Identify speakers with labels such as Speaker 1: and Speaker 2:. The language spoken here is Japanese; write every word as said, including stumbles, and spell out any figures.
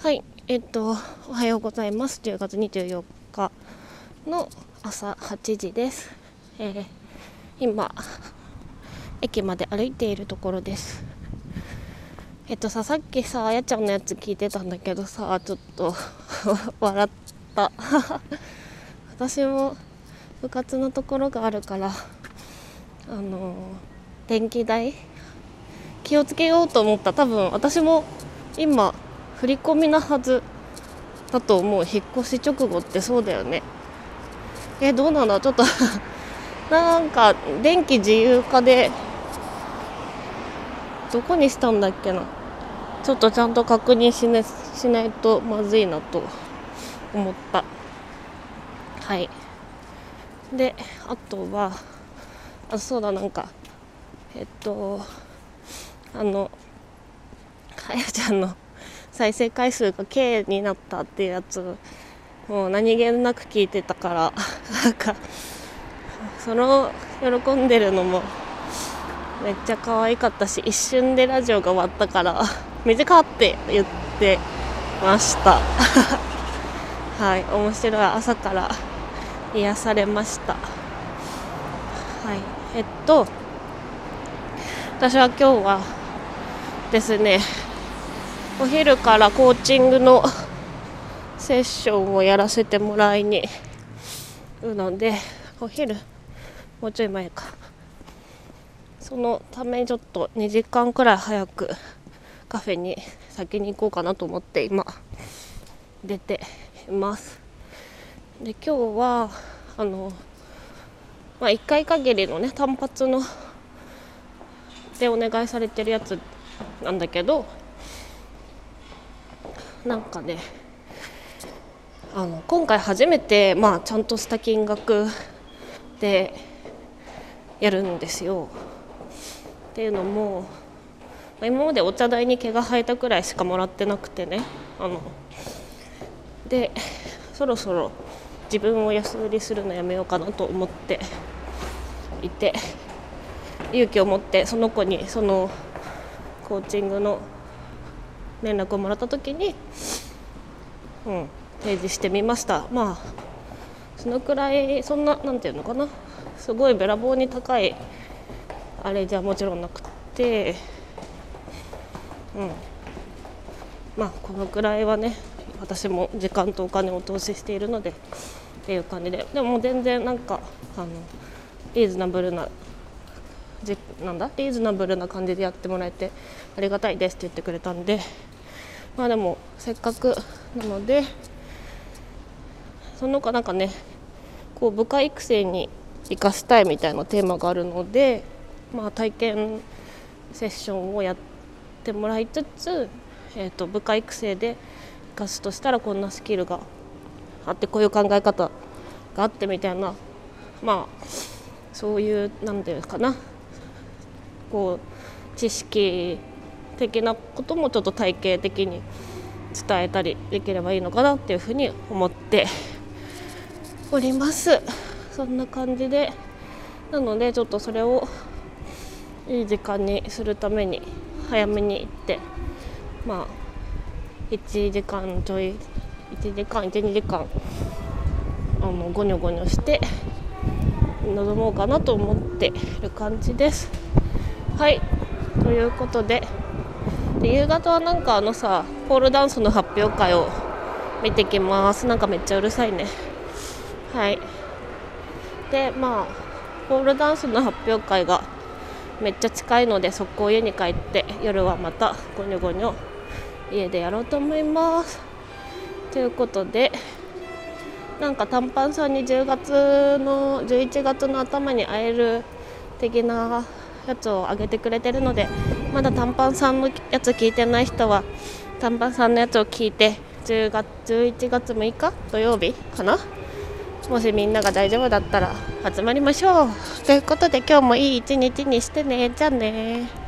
Speaker 1: はい、えっとおはようございます。じゅうがつにじゅうよっかの朝はちじです。えー、今駅まで歩いているところです。えっとささっきさあやちゃんのやつ聞いてたんだけどさ、ちょっと笑った私も部活のところがあるから、あのー、電気代気をつけようと思った。多分私も今振り込みなはずだと思う。引っ越し直後ってそうだよね。えどうなんだ、ちょっとなんか電気自由化でどこにしたんだっけな、ちょっとちゃんと確認し,、ね、しないとまずいなと思った。はい。であとはあそうだなんかえっとあのあやちゃんの再生回数が K になったっていうやつもう何気なく聞いてたからなんかその喜んでるのもめっちゃ可愛かったし、一瞬でラジオが終わったから短って言ってましたはい、面白い朝から癒されました。はい、えっと私は今日はですね、お昼からコーチングのセッションをやらせてもらいにいるので、お昼もうちょい前か、そのためにちょっとにじかんくらい早くカフェに先に行こうかなと思って今出ています。で今日はあの、まあ、いっかい限りのね単発のでお願いされてるやつなんだけど、なんかねあの今回初めて、まあ、ちゃんとした金額でやるんですよ。っていうのも、まあ、今までお茶代に毛が生えたくらいしかもらってなくてね、あのでそろそろ自分を安売りするのやめようかなと思っていて、勇気を持ってその子にそのコーチングの連絡をもらった時に、うん、提示してみました。まあそのくらいそんななんていうのかな、すごいべらぼうに高いあれじゃもちろんなくて、うんまあこのくらいはね私も時間とお金を投資しているのでっていう感じで、でも全然なんかあのリーズナブルなじなんだリーズナブルな感じでやってもらえてありがたいですって言ってくれたんで、まあでもせっかくなのでその子なんかねこう部下育成に生かしたいみたいなテーマがあるので、まあ、体験セッションをやってもらいつつ、えーと、部下育成で生かすとしたらこんなスキルがあってこういう考え方があってみたいな、まあそういうなんていうかな、こう知識的なこともちょっと体系的に伝えたりできればいいのかなっていうふうに思っております。そんな感じで、なのでちょっとそれをいい時間にするために早めに行って、まあいちじかんちょいいちじかんいち、にじかんあのゴニョゴニョして臨もうかなと思っている感じです。はい、ということで、で夕方はなんかあのさポールダンスの発表会を見てきます。なんかめっちゃうるさいね。はい。でまあポールダンスの発表会がめっちゃ近いので速攻家に帰って夜はまたゴニョゴニョ家でやろうと思います。ということでなんか短パンさんにじゅうがつのじゅういちがつの頭に会える的なやつをあげてくれてるので、まだ短パンさんのやつ聞いてない人は短パンさんのやつを聞いてじゅういちがつむいか土曜日かな、もしみんなが大丈夫だったら集まりましょう。ということで今日もいい一日にしてね。じゃあね。